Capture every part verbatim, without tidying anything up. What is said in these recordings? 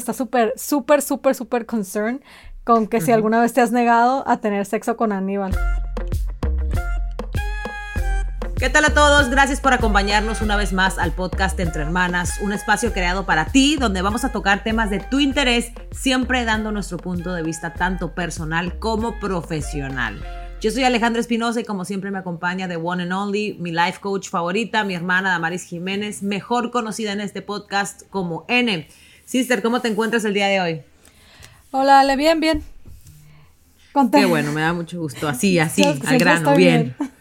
está súper, súper, súper, súper concerned con que uh-huh. si alguna vez te has negado a tener sexo con Aníbal. ¿Qué tal a todos? Gracias por acompañarnos una vez más al podcast Entre Hermanas, un espacio creado para ti donde vamos a tocar temas de tu interés, siempre dando nuestro punto de vista tanto personal como profesional. Yo soy Alejandra Espinosa y como siempre me acompaña The One and Only, mi life coach favorita, mi hermana Damaris Jiménez, mejor conocida en este podcast como N. Sister, ¿cómo te encuentras el día de hoy? Hola, Ale, bien, bien. Conté. Qué bueno, me da mucho gusto. Así, así, al grano, bien. bien.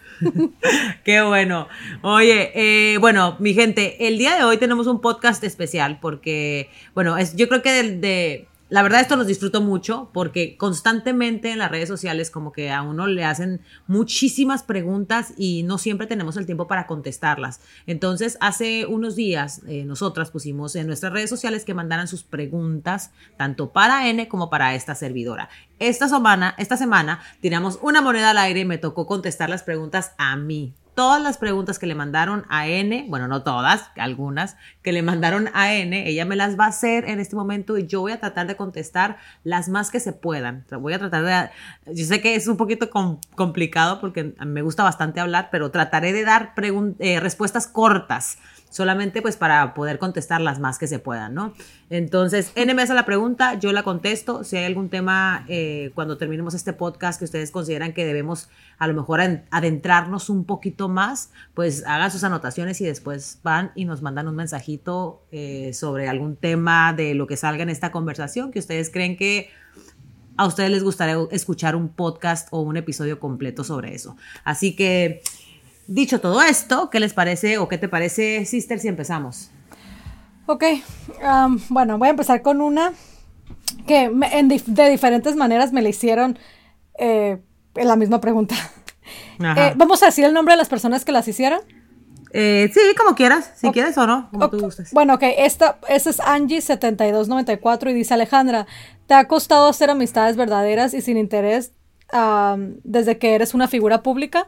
Qué bueno. Oye, eh, bueno, mi gente, el día de hoy tenemos un podcast especial porque, bueno, es, yo creo que de, de, la verdad esto los disfruto mucho porque constantemente en las redes sociales como que a uno le hacen muchísimas preguntas y no siempre tenemos el tiempo para contestarlas. Entonces, hace unos días eh, nosotras pusimos en nuestras redes sociales que mandaran sus preguntas tanto para N como para esta servidora. Esta semana, esta semana tiramos una moneda al aire y me tocó contestar las preguntas a mí. Todas las preguntas que le mandaron a N, bueno, no todas, algunas, que le mandaron a N, ella me las va a hacer en este momento y yo voy a tratar de contestar las más que se puedan. Voy a tratar de, yo sé que es un poquito com- complicado porque me gusta bastante hablar, pero trataré de dar pregun- eh, respuestas cortas, solamente pues para poder contestar las más que se puedan, ¿no? Entonces, N me hace la pregunta, yo la contesto. Si hay algún tema eh, cuando terminemos este podcast que ustedes consideran que debemos a lo mejor adentrarnos un poquito más, pues hagan sus anotaciones y después van y nos mandan un mensajito eh, sobre algún tema de lo que salga en esta conversación que ustedes creen que a ustedes les gustaría escuchar un podcast o un episodio completo sobre eso. Así que, dicho todo esto, ¿qué les parece o qué te parece, Sister, si empezamos? Ok, um, bueno, voy a empezar con una que me, en dif- de diferentes maneras me la hicieron eh, en la misma pregunta. Eh, ¿Vamos a decir el nombre de las personas que las hicieron? Eh, sí, como quieras, si okay. quieres o no, como okay. tú gustes. Bueno, ok, esta, esta es Angie setenta y dos noventa y cuatro y dice: Alejandra, ¿te ha costado hacer amistades verdaderas y sin interés um, desde que eres una figura pública?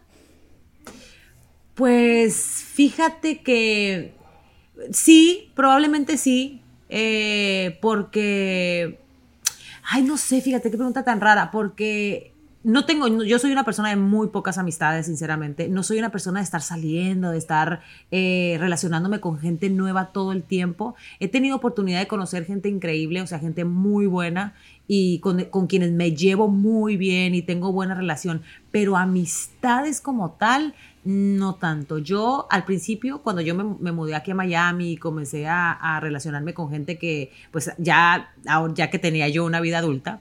Pues fíjate que sí, probablemente sí, eh, porque, ay, no sé, fíjate qué pregunta tan rara, porque no tengo, yo soy una persona de muy pocas amistades, sinceramente, no soy una persona de estar saliendo, de estar eh, relacionándome con gente nueva todo el tiempo. He tenido oportunidad de conocer gente increíble, o sea, gente muy buena y con, con quienes me llevo muy bien y tengo buena relación, pero amistades como tal, no tanto. Yo al principio, cuando yo me, me mudé aquí a Miami y comencé a, a relacionarme con gente que, pues ya, ya que tenía yo una vida adulta,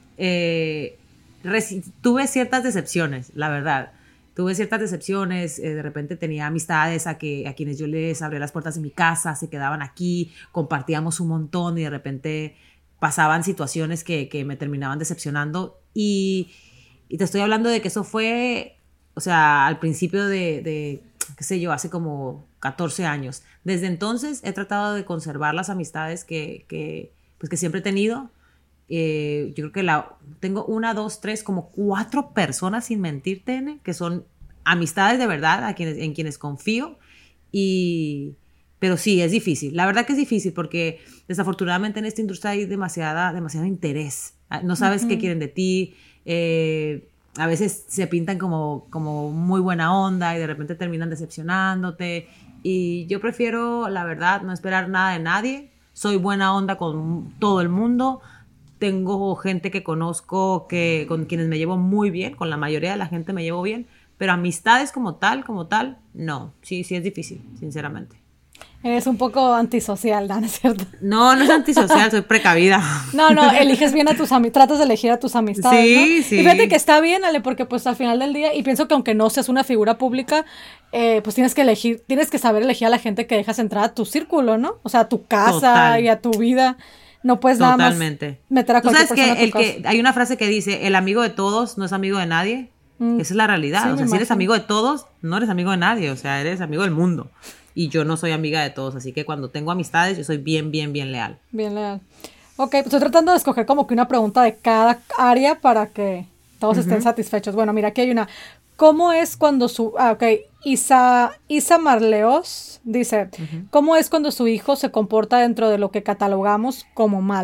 eh, reci- tuve ciertas decepciones, la verdad. Tuve ciertas decepciones, eh, de repente tenía amistades a, que, a quienes yo les abría las puertas de mi casa, se quedaban aquí, compartíamos un montón y de repente pasaban situaciones que, que me terminaban decepcionando y, y te estoy hablando de que eso fue... O sea, al principio de, de, qué sé yo, hace como catorce años. Desde entonces he tratado de conservar las amistades que, que, pues que siempre he tenido. Eh, yo creo que la, tengo una, dos, tres, como cuatro personas, sin mentirte, N, que son amistades de verdad, a quienes, en quienes confío. Y, pero sí, es difícil. La verdad que es difícil porque desafortunadamente en esta industria hay demasiada, demasiado interés. No sabes uh-huh. qué quieren de ti. Eh... A veces se pintan como, como muy buena onda y de repente terminan decepcionándote. Y yo prefiero, la verdad, no esperar nada de nadie. Soy buena onda con todo el mundo. Tengo gente que conozco que, con quienes me llevo muy bien. Con la mayoría de la gente me llevo bien. Pero amistades como tal, como tal, no. Sí, sí es difícil, sinceramente. Eres un poco antisocial, ¿no? ¿No es cierto? No, no es antisocial, soy precavida. No, no, eliges bien a tus amistades, tratas de elegir a tus amistades, sí, ¿no? Sí, y fíjate que está bien, Ale, porque pues al final del día, y pienso que aunque no seas una figura pública, eh, pues tienes que elegir, tienes que saber elegir a la gente que dejas entrar a tu círculo, ¿no? O sea, a tu casa Total. Y a tu vida. No puedes Totalmente. nada más meter a cualquier persona que a tu casa. Que hay una frase que dice, el amigo de todos no es amigo de nadie. Mm. Esa es la realidad. Sí, o sea, si eres amigo de todos, no eres amigo de nadie. O sea, eres amigo del mundo. Y yo no soy amiga de todos, así que cuando tengo amistades, yo soy bien, bien, bien leal. Bien leal. Ok, pues estoy tratando de escoger como que una pregunta de cada área para que todos uh-huh. estén satisfechos. Bueno, mira, aquí hay una. ¿Cómo es cuando su... Ah, ok. Isa, Isa Marleos dice, uh-huh. ¿cómo es cuando su hijo se comporta dentro de lo que catalogamos como mal?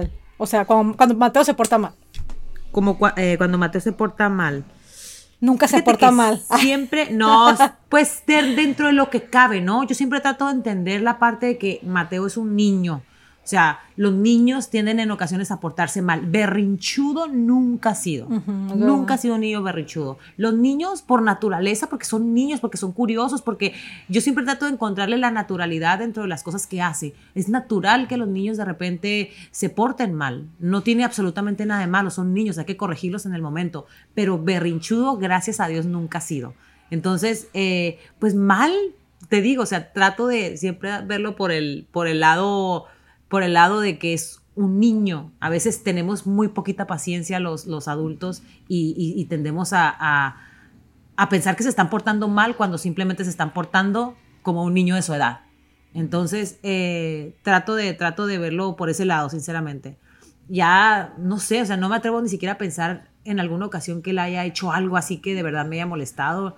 O sea, cuando, cuando Mateo se porta mal. Como cua- eh, cuando Mateo se porta mal. Nunca se Fíjate porta que mal. Siempre, no, pues de- dentro de lo que cabe, ¿no? Yo siempre trato de entender la parte de que Mateo es un niño. O sea, los niños tienden en ocasiones a portarse mal. Berrinchudo nunca ha sido. Ujú, es Nunca verdad. ha sido un niño berrinchudo. Los niños por naturaleza, porque son niños, porque son curiosos, porque yo siempre trato de encontrarle la naturalidad dentro de las cosas que hace. Es natural que los niños de repente se porten mal. No tiene absolutamente nada de malo. Son niños, hay que corregirlos en el momento. Pero berrinchudo, gracias a Dios, nunca ha sido. Entonces, eh, pues mal, te digo, o sea, trato de siempre verlo por el, por el lado... por el lado de que es un niño. A veces tenemos muy poquita paciencia los, los adultos y, y, y tendemos a, a, a pensar que se están portando mal cuando simplemente se están portando como un niño de su edad. Entonces, eh, trato, de, trato de verlo por ese lado, sinceramente. Ya, no sé, o sea, no me atrevo ni siquiera a pensar en alguna ocasión que él haya hecho algo así que de verdad me haya molestado.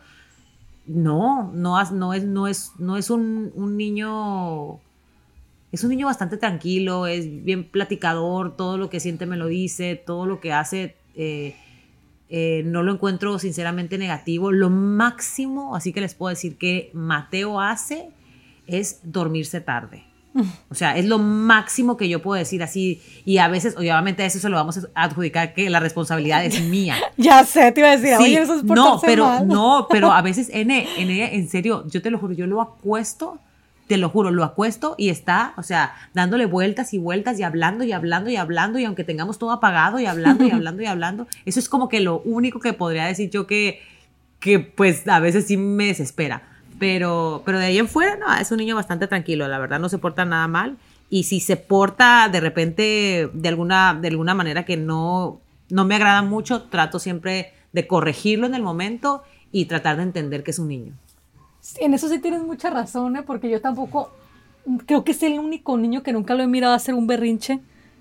No, no, has- no es, no es, no es un, un niño... Es un niño bastante tranquilo, es bien platicador, todo lo que siente me lo dice, todo lo que hace eh, eh, no lo encuentro sinceramente negativo. Lo máximo, así que les puedo decir que Mateo hace es dormirse tarde. O sea, es lo máximo que yo puedo decir así. Y a veces, obviamente a eso se lo vamos a adjudicar que la responsabilidad es mía. Ya sé, te iba a decir, Sí, oye, eso es no, portarse pero mal. no, pero a veces N, N, en serio, yo te lo juro, yo lo acuesto, te lo juro, lo acuesto y está, o sea, dándole vueltas y vueltas y hablando y hablando y hablando y aunque tengamos todo apagado y hablando y hablando y hablando, eso es como que lo único que podría decir yo que, que pues a veces sí me desespera, pero, pero de ahí en fuera, no, es un niño bastante tranquilo, la verdad no se porta nada mal y si se porta de repente de alguna, de alguna manera que no, no me agrada mucho, trato siempre de corregirlo en el momento y tratar de entender que es un niño. Sí, en eso sí tienes mucha razón, ¿eh? Porque yo tampoco, creo que es el único niño que nunca lo he mirado hacer un berrinche.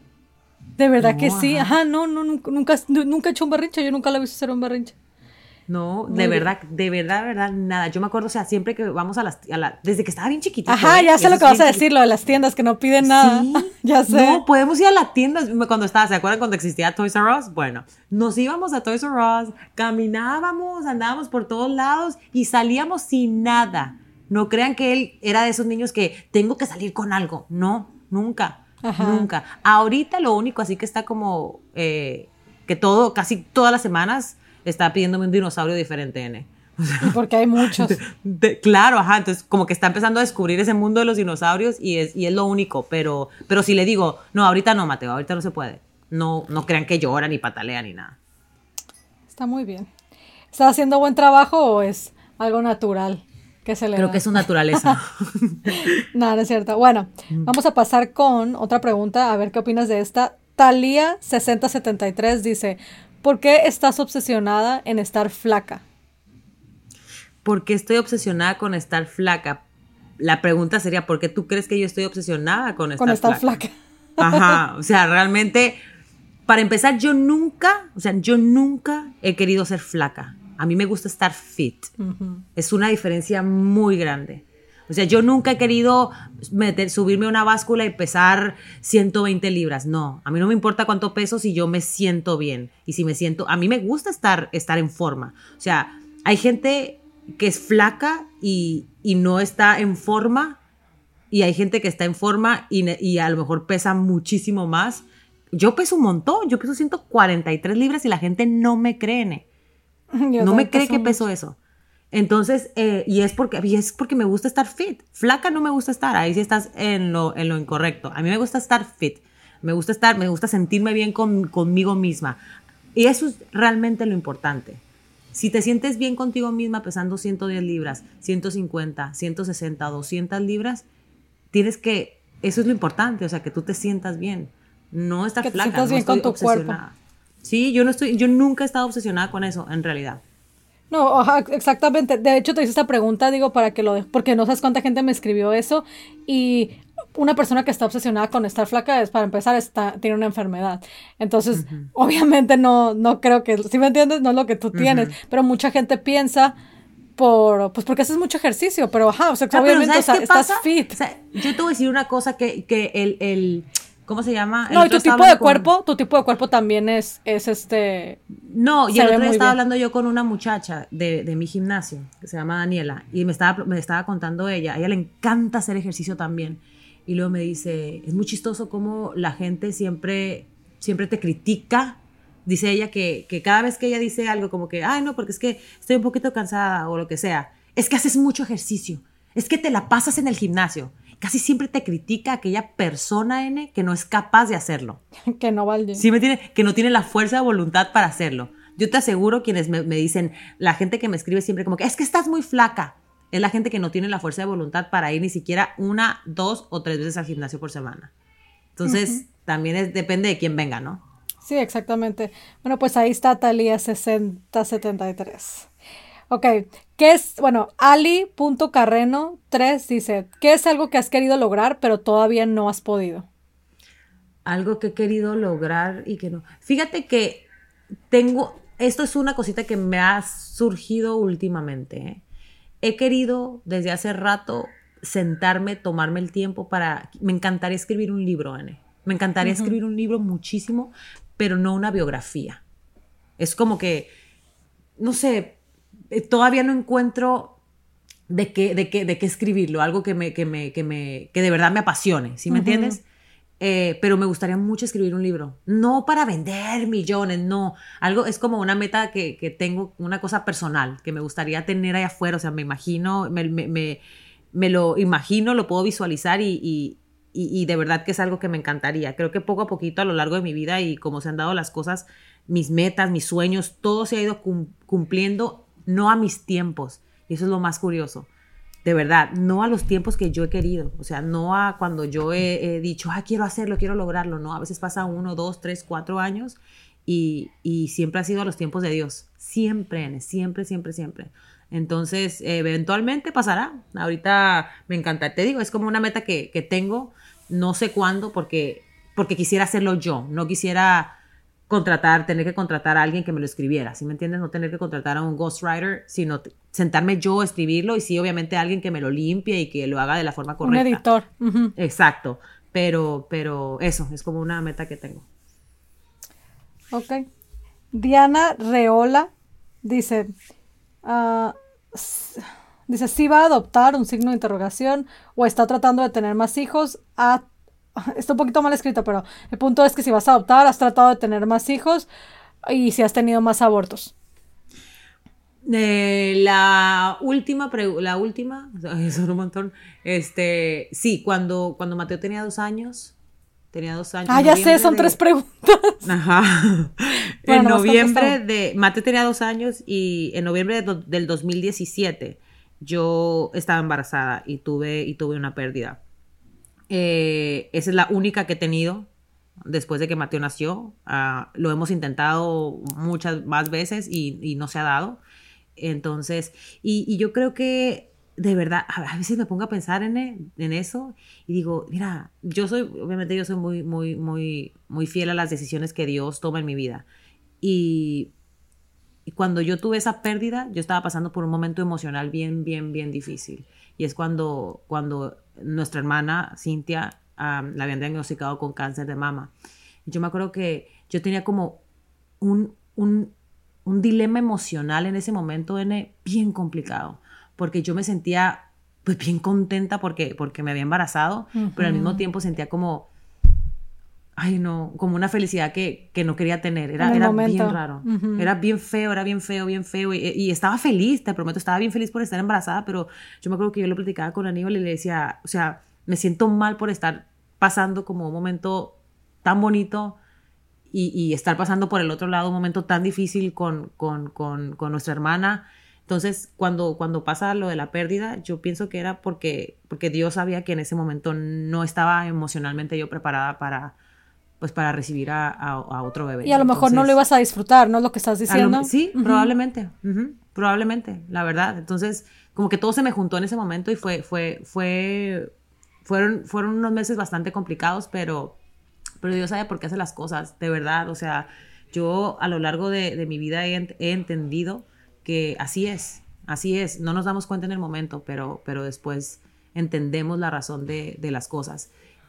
De verdad No, que sí, ajá. ajá, no, no, nunca, nunca, nunca he hecho un berrinche, yo nunca lo he visto hacer un berrinche. No, Muy de bien. verdad, de verdad, de verdad, nada. Yo me acuerdo, o sea, siempre que vamos a las, a la, desde que estaba bien chiquitito. Ajá, ¿eh? ya sé Eso lo es que vas a bien decir, lo de las tiendas que no piden nada. Sí, Ya sé. no, podemos ir a la tienda cuando estaba, ¿se acuerdan cuando existía Toys R Us? Bueno, nos íbamos a Toys R Us, caminábamos, andábamos por todos lados y salíamos sin nada. No crean que él era de esos niños que tengo que salir con algo. No, nunca, Ajá. nunca. Ahorita lo único así que está como eh, que todo, casi todas las semanas está pidiéndome un dinosaurio diferente, N. Y porque hay muchos. De- claro, ajá, entonces como que está empezando a descubrir ese mundo de los dinosaurios y es, y es lo único, pero, pero si le digo, no, ahorita no, Mateo, ahorita no se puede. No, no crean que llora, ni patalea, ni nada. Está muy bien. ¿Estás haciendo buen trabajo o es algo natural que se le Creo da? que es su naturaleza. Nada, no es cierto. Bueno, vamos a pasar con otra pregunta, a ver qué opinas de esta. Talía sesenta setenta y tres dice, ¿por qué estás obsesionada en estar flaca? ¿Por qué estoy obsesionada con estar flaca? La pregunta sería, ¿por qué tú crees que yo estoy obsesionada con estar Con estar flaca? flaca. Ajá, o sea, realmente, para empezar, yo nunca, o sea, yo nunca he querido ser flaca. A mí me gusta estar fit. Ujú. Es una diferencia muy grande. O sea, yo nunca he querido meter, subirme a una báscula y pesar ciento veinte libras. No, a mí no me importa cuánto peso si yo me siento bien. Y si me siento, a mí me gusta estar, estar en forma. O sea, hay gente que es flaca y, y no está en forma. Y hay gente que está en forma y, y a lo mejor pesa muchísimo más. Yo peso un montón, yo peso ciento cuarenta y tres libras y la gente no me cree. Yo No me también cree peso que mucho. peso eso. Entonces, eh, y, es porque, y es porque me gusta estar fit. Flaca no me gusta estar, ahí sí estás en lo, en lo incorrecto. A mí me gusta estar fit. Me gusta estar, me gusta sentirme bien con, conmigo misma. Y eso es realmente lo importante. Si te sientes bien contigo misma pesando ciento diez libras, ciento cincuenta, ciento sesenta, doscientas libras, tienes que, eso es lo importante, o sea, que tú te sientas bien. No estar Que te flaca, sientas no bien con estoy tu cuerpo. obsesionada. Sí, yo no estoy, yo nunca he estado obsesionada con eso, en realidad. No, ajá, exactamente. De hecho, te hice esta pregunta, digo, para que lo... de- porque no sabes cuánta gente me escribió eso. Y una persona que está obsesionada con estar flaca, es para empezar, está, tiene una enfermedad. Entonces, Ujú. obviamente no, no creo que... ¿Sí me entiendes? No es lo que tú tienes. Ujú. Pero mucha gente piensa por... Pues porque haces mucho ejercicio. Pero, ajá, o sea, Ah, pero obviamente, o ¿sabes sea, qué estás pasa? fit. O sea, yo te voy a decir una cosa que, que el, el, ¿Cómo se llama? El No, y otro tu estaba tipo de hablando con- cuerpo, tu tipo de cuerpo también es, es este... No, y Se el ve otro día muy estaba bien. hablando yo con una muchacha de, de mi gimnasio, que se llama Daniela, y me estaba, me estaba contando ella, a ella le encanta hacer ejercicio también, y luego me dice, es muy chistoso cómo la gente siempre, siempre te critica, dice ella que, que cada vez que ella dice algo como que, ay no, porque es que estoy un poquito cansada o lo que sea, es que haces mucho ejercicio, es que te la pasas en el gimnasio, casi siempre te critica aquella persona, N, que no es capaz de hacerlo. Que no va al gym. Sí, me tiene, que no tiene la fuerza de voluntad para hacerlo. Yo te aseguro, quienes me, me dicen, la gente que me escribe siempre como que es que estás muy flaca, es la gente que no tiene la fuerza de voluntad para ir ni siquiera una, dos o tres veces al gimnasio por semana. Entonces, uh-huh. también es, depende de quién venga, ¿no? Sí, exactamente. Bueno, pues ahí está Talía sesenta setenta y tres. Ok, ¿qué es? Bueno, Ali.carreno tres dice, ¿qué es algo que has querido lograr pero todavía no has podido? Algo que he querido lograr y que no. Fíjate que tengo, esto es una cosita que me ha surgido últimamente. ¿eh? He querido desde hace rato sentarme, tomarme el tiempo para, me encantaría escribir un libro, Anne. Me encantaría uh-huh. escribir un libro muchísimo, pero no una biografía. Es como que, no sé, todavía no encuentro de qué, de qué, de qué escribirlo, algo que, me, que, me, que, me, que de verdad me apasione, ¿sí me uh-huh. entiendes? Eh, pero me gustaría mucho escribir un libro, no para vender millones, no, algo es como una meta que, que tengo, una cosa personal que me gustaría tener allá afuera, o sea, me imagino, me, me, me, me lo imagino, lo puedo visualizar y, y, y, y de verdad que es algo que me encantaría. Creo que poco a poquito a lo largo de mi vida y como se han dado las cosas, mis metas, mis sueños, todo se ha ido cumpliendo, no a mis tiempos, y eso es lo más curioso. De verdad, no a los tiempos que yo he querido, o sea, no a cuando yo he, he dicho, ah, quiero hacerlo, quiero lograrlo, no, a veces pasa uno, dos, tres, cuatro años y, y siempre ha sido a los tiempos de Dios, siempre, siempre, siempre, siempre. Entonces, eventualmente pasará, ahorita me encanta, te digo, es como una meta que, que tengo, no sé cuándo, porque, porque quisiera hacerlo yo, no quisiera contratar, tener que contratar a alguien que me lo escribiera, ¿sí me entiendes? No tener que contratar a un ghostwriter, sino t- sentarme yo a escribirlo y sí, obviamente alguien que me lo limpie y que lo haga de la forma correcta. Un editor. Uh-huh. Exacto, pero, pero eso, es como una meta que tengo. Ok. Diana Reola dice, uh, s- dice, ¿sí va a adoptar? Un signo de interrogación, o está tratando de tener más hijos. A Está un poquito mal escrito, pero el punto es que si vas a adoptar, has tratado de tener más hijos y si has tenido más abortos. Eh, la última, pregu- la última, son un montón, este, sí, cuando, cuando Mateo tenía dos años, tenía dos años. Ah, ya sé, son de... tres preguntas. Ajá. Bueno, en no noviembre de, Mateo tenía dos años y en noviembre de do, del dos mil diecisiete yo estaba embarazada y tuve, y tuve una pérdida. Eh, esa es la única que he tenido después de que Mateo nació. Uh, lo hemos intentado muchas más veces y, y no se ha dado. Entonces, y, y yo creo que de verdad, a veces me pongo a pensar en, en eso y digo, mira, yo soy, obviamente yo soy muy, muy, muy, muy fiel a las decisiones que Dios toma en mi vida. Y, y cuando yo tuve esa pérdida, yo estaba pasando por un momento emocional bien, bien, bien difícil. Y es cuando, cuando nuestra hermana, Cintia, um, la habían diagnosticado con cáncer de mama. Y yo me acuerdo que yo tenía como un, un, un dilema emocional en ese momento, N, bien complicado. Porque yo me sentía pues bien contenta porque, porque me había embarazado, uh-huh. pero al mismo tiempo sentía como, ay no, como una felicidad que, que no quería tener. Era, era bien raro. Uh-huh. Era bien feo, era bien feo, bien feo. Y, y estaba feliz, te prometo, estaba bien feliz por estar embarazada, pero yo me acuerdo que yo lo platicaba con Aníbal y le decía, o sea, me siento mal por estar pasando como un momento tan bonito y, y estar pasando por el otro lado un momento tan difícil con, con, con, con nuestra hermana. Entonces, cuando, cuando pasa lo de la pérdida, yo pienso que era porque, porque Dios sabía que en ese momento no estaba emocionalmente yo preparada para, pues, para recibir a, a, a otro bebé. Y a lo mejor Entonces, no lo ibas a disfrutar, ¿no? Lo que estás diciendo. Lo, sí, uh-huh. probablemente, uh-huh, probablemente, la verdad. Entonces, como que todo se me juntó en ese momento y fue, fue, fue, fueron, fueron unos meses bastante complicados, pero, pero Dios sabe por qué hace las cosas, de verdad. O sea, yo a lo largo de, de mi vida he, he entendido que así es, así es, no nos damos cuenta en el momento, pero, pero después entendemos la razón de, de las cosas.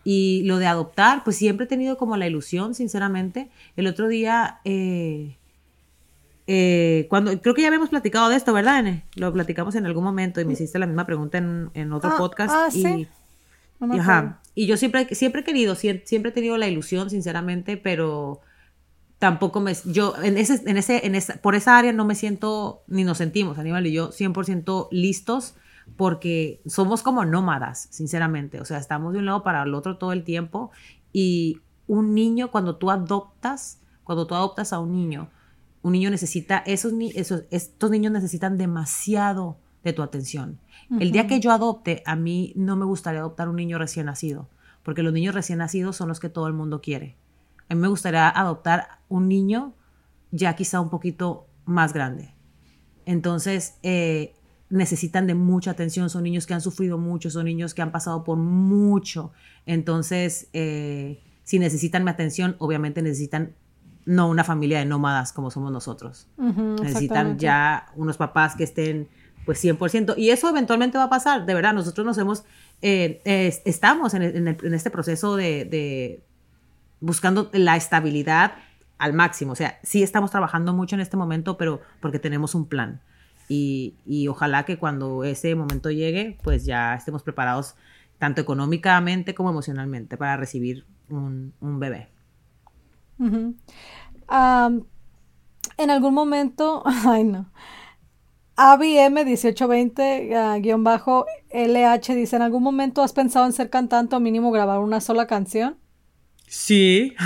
Y lo de adoptar, pues siempre he tenido como la ilusión, sinceramente. El otro día, eh, eh, cuando creo que ya habíamos platicado de esto, ¿verdad, Ene? Lo platicamos en algún momento y me hiciste la misma pregunta en, en otro ah, podcast. Ah, y, sí. No me y, acuerdo. ajá, y yo siempre, siempre he querido, siempre, siempre he tenido la ilusión, sinceramente, pero tampoco me... Yo, en ese, en ese, en esa, por esa área no me siento, ni nos sentimos, Aníbal y yo, cien por ciento listos, porque somos como nómadas, sinceramente. O sea, estamos de un lado para el otro todo el tiempo. Y un niño, cuando tú adoptas, cuando tú adoptas a un niño, un niño necesita, esos, esos, estos niños necesitan demasiado de tu atención. Uh-huh. El día que yo adopte, a mí no me gustaría adoptar un niño recién nacido, porque los niños recién nacidos son los que todo el mundo quiere. A mí me gustaría adoptar un niño ya quizá un poquito más grande. Entonces, eh, necesitan de mucha atención, son niños que han sufrido mucho, son niños que han pasado por mucho. Entonces, eh, si necesitan mi atención, obviamente necesitan no una familia de nómadas como somos nosotros. Uh-huh, necesitan ya unos papás que estén pues cien por ciento. Y eso eventualmente va a pasar, de verdad. Nosotros nos hemos, eh, eh, estamos en, el, en, el, en este proceso de, de buscando la estabilidad al máximo. O sea, sí estamos trabajando mucho en este momento, pero porque tenemos un plan. Y, y ojalá que cuando ese momento llegue, pues ya estemos preparados tanto económicamente como emocionalmente para recibir un, un bebé. Uh-huh. Um, en algún momento, ay no, A B M dieciocho veinte uh, guión bajo L H dice, ¿en algún momento has pensado en ser cantante o mínimo grabar una sola canción? Sí.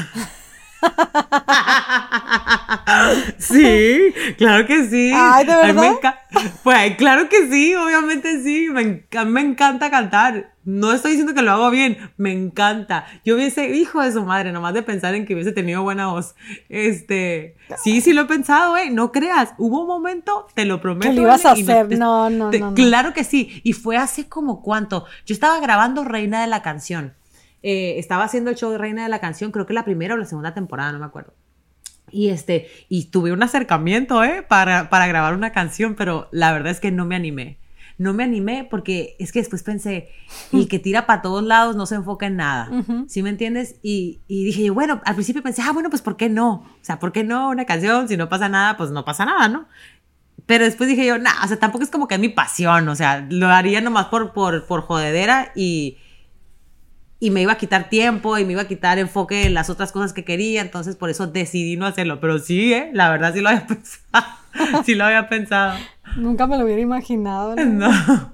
Sí, claro que sí. Ay, ¿de verdad? Me enca- pues claro que sí, obviamente sí. Me, enc- me encanta cantar. No estoy diciendo que lo hago bien, me encanta. Yo hubiese, hijo de su madre, nomás de pensar en que hubiese tenido buena voz. Este, sí, sí lo he pensado, eh. No creas, hubo un momento, te lo prometo. ¿Qué le ibas a y hacer? te- No, no, te- no, no. Claro que sí. Y fue hace como cuánto. Yo estaba grabando Reina de la Canción. Eh, estaba haciendo el show de Reina de la Canción, creo que la primera o la segunda temporada, no me acuerdo. Y este, y tuve un acercamiento, ¿eh? Para, para grabar una canción, pero la verdad es que no me animé. No me animé porque es que después pensé, el que tira para todos lados no se enfoca en nada. Uh-huh. ¿Sí me entiendes? Y, y dije yo, bueno, al principio pensé, ah, bueno, pues ¿por qué no? O sea, ¿por qué no una canción? Si no pasa nada, pues no pasa nada, ¿no? Pero después dije yo, nah, o sea, tampoco es como que es mi pasión, o sea, lo haría nomás por, por, por jodedera y... y me iba a quitar tiempo y me iba a quitar enfoque en las otras cosas que quería, entonces por eso decidí no hacerlo, pero sí, ¿eh? La verdad sí lo había pensado, sí lo había pensado. Nunca me lo hubiera imaginado, ¿no? No.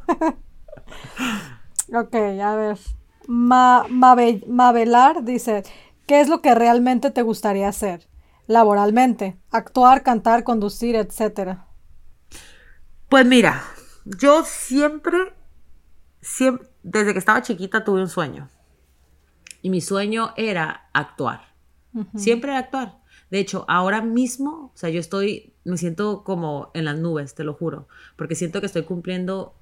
Ok, a ver, Ma- Mabe- Mabelar dice, ¿qué es lo que realmente te gustaría hacer laboralmente? Actuar, cantar, conducir, etcétera. Pues mira, yo siempre, siempre, desde que estaba chiquita tuve un sueño. Y mi sueño era actuar. Uh-huh. Siempre era actuar. De hecho, ahora mismo, o sea, yo estoy, me siento como en las nubes, te lo juro. Porque siento que estoy cumpliendo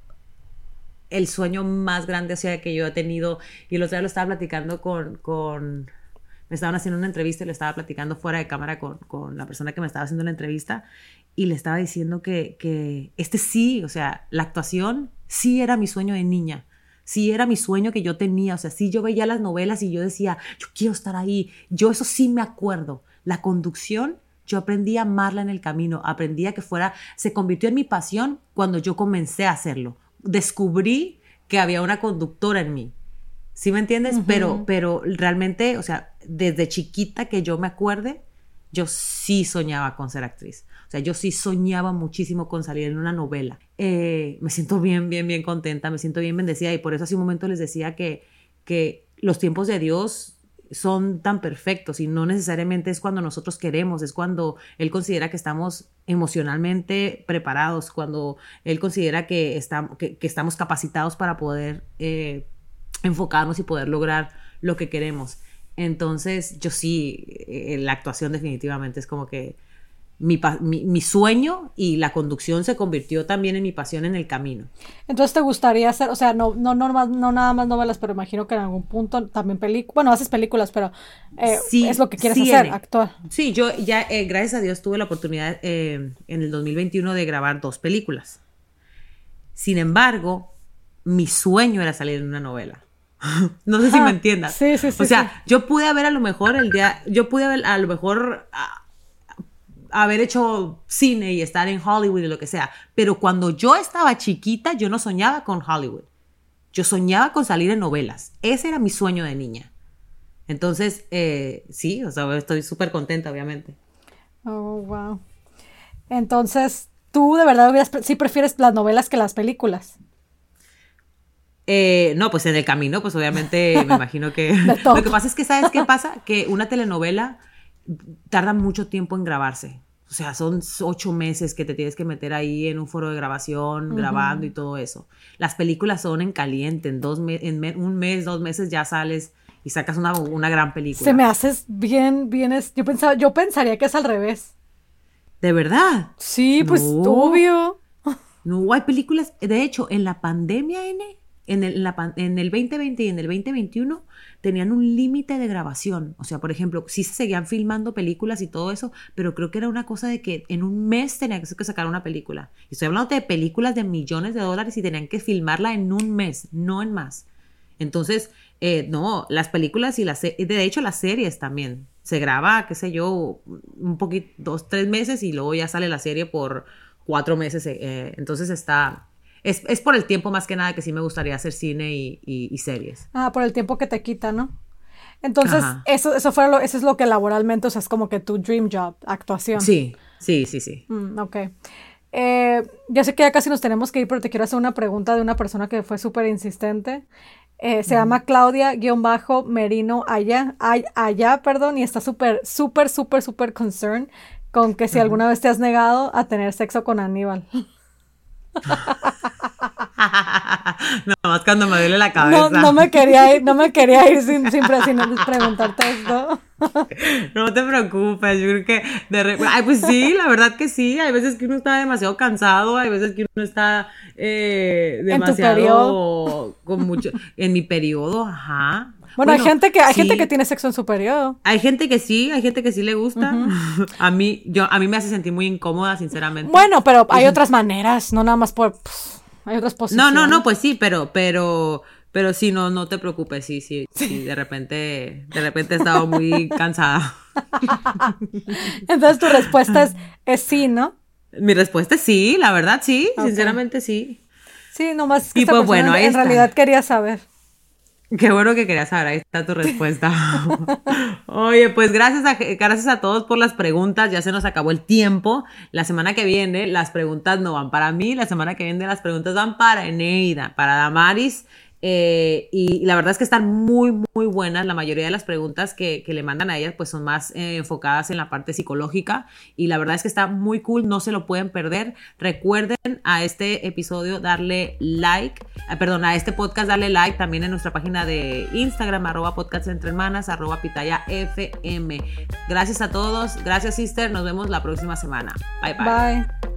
el sueño más grande, o sea, que yo he tenido. Y el otro día lo estaba platicando con, con me estaban haciendo una entrevista y le estaba platicando fuera de cámara con, con la persona que me estaba haciendo la entrevista. Y le estaba diciendo que, que este sí, o sea, la actuación sí era mi sueño de niña. Sí era mi sueño que yo tenía, o sea, sí yo veía las novelas y yo decía, yo quiero estar ahí, yo eso sí me acuerdo. La conducción, yo aprendí a amarla en el camino, aprendí a que fuera, se convirtió en mi pasión cuando yo comencé a hacerlo. Descubrí que había una conductora en mí, ¿sí me entiendes? Uh-huh. Pero, pero realmente, o sea, desde chiquita que yo me acuerde, yo sí soñaba con ser actriz. O sea, yo sí soñaba muchísimo con salir en una novela. Eh, me siento bien, bien, bien contenta, me siento bien bendecida y por eso hace un momento les decía que, que los tiempos de Dios son tan perfectos y no necesariamente es cuando nosotros queremos, es cuando Él considera que estamos emocionalmente preparados, cuando Él considera que, está, que, que estamos capacitados para poder eh, enfocarnos y poder lograr lo que queremos. Entonces, yo sí, eh, la actuación definitivamente es como que mi, mi, mi sueño y la conducción se convirtió también en mi pasión en el camino. Entonces, ¿te gustaría hacer, o sea, no, no, no, no nada más novelas, pero imagino que en algún punto también películas, bueno, haces películas, pero eh, sí, es lo que quieres sí, hacer, N. actuar? Sí, yo ya, eh, gracias a Dios, tuve la oportunidad eh, en el dos mil veintiuno de grabar dos películas. Sin embargo, mi sueño era salir en una novela. No sé si me entiendas. Sí, sí, sí. O sea, sí. yo pude haber a lo mejor el día, yo pude haber a lo mejor a, haber hecho cine y estar en Hollywood y lo que sea, pero cuando yo estaba chiquita, yo no soñaba con Hollywood. Yo soñaba con salir en novelas. Ese era mi sueño de niña. Entonces, eh, sí, o sea, estoy súper contenta, obviamente. Oh, wow. Entonces, ¿tú de verdad hubieras, sí prefieres las novelas que las películas? Eh, no, pues en el camino, pues obviamente me imagino que... Lo que pasa es que, ¿sabes qué pasa? Que una telenovela tarda mucho tiempo en grabarse. O sea, son ocho meses que te tienes que meter ahí en un foro de grabación, uh-huh. grabando y todo eso. Las películas son en caliente, en, dos me- en me- un mes, dos meses ya sales y sacas una, una gran película. Se me haces bien, bien... Es, yo, pensaba, yo pensaría que es al revés. ¿De verdad? Sí, pues no. obvio. No, hay películas... De hecho, en la pandemia, N, en el, en, la, en el veinte veinte y en el veinte veintiuno... tenían un límite de grabación. O sea, por ejemplo, sí se seguían filmando películas y todo eso, pero creo que era una cosa de que en un mes tenían que sacar una película. Y estoy hablando de películas de millones de dólares y tenían que filmarla en un mes, no en más. Entonces, eh, no, las películas y las... De hecho, las series también. Se graba, qué sé yo, un poquito, dos, tres meses y luego ya sale la serie por cuatro meses. Eh, entonces está... Es, es por el tiempo más que nada que sí me gustaría hacer cine y, y, y series. Ah, por el tiempo que te quita, ¿no? Entonces, eso, eso, fue lo, eso es lo que laboralmente, o sea, es como que tu dream job, actuación. Sí, sí, sí, sí. Mm, ok. Eh, ya sé que ya casi nos tenemos que ir, pero te quiero hacer una pregunta de una persona que fue súper insistente. Eh, se mm. llama Claudia-Merino Allá, Allá, perdón, y está súper, súper, súper, súper concerned con que si uh-huh. alguna vez te has negado a tener sexo con Aníbal. No, más cuando me duele la cabeza. No, no me quería ir, no me quería ir sin, sin, sin preguntarte esto. No te preocupes, yo creo que de re... Ay, pues sí, la verdad que sí. Hay veces que uno está demasiado cansado, hay veces que uno está eh, demasiado ¿En tu periodo? Con mucho. En mi periodo, ajá. Bueno, bueno, hay gente que hay sí. gente que tiene sexo en su periodo. Hay gente que sí, hay gente que sí le gusta. Uh-huh. A mí, yo, a mí me hace sentir muy incómoda, sinceramente. Bueno, pero hay otras maneras, no nada más por. Pff, hay otras posiciones. No, no, no, pues sí, pero, pero, pero sí, no, no te preocupes, sí, sí, sí. De repente, de repente he estado muy cansada. Entonces tu respuesta es, es sí, ¿no? Mi respuesta es sí, la verdad sí, okay. Sinceramente sí. Sí, nomás que y esta pues bueno, ahí en está. realidad quería saber. Qué bueno que querías saber, ahí está tu respuesta. Oye, pues gracias a, gracias a todos por las preguntas, ya se nos acabó el tiempo. La semana que viene las preguntas no van para mí, la semana que viene las preguntas van para Eneida, para Damaris. Eh, y la verdad es que están muy, muy buenas. La mayoría de las preguntas que, que le mandan a ellas pues son más eh, enfocadas en la parte psicológica y la verdad es que está muy cool, no se lo pueden perder. Recuerden a este episodio darle like, eh, perdón, a este podcast darle like también en nuestra página de Instagram, arroba podcast entre hermanas, arroba pitaya fm. Gracias a todos, gracias sister, nos vemos la próxima semana. Bye bye. Bye.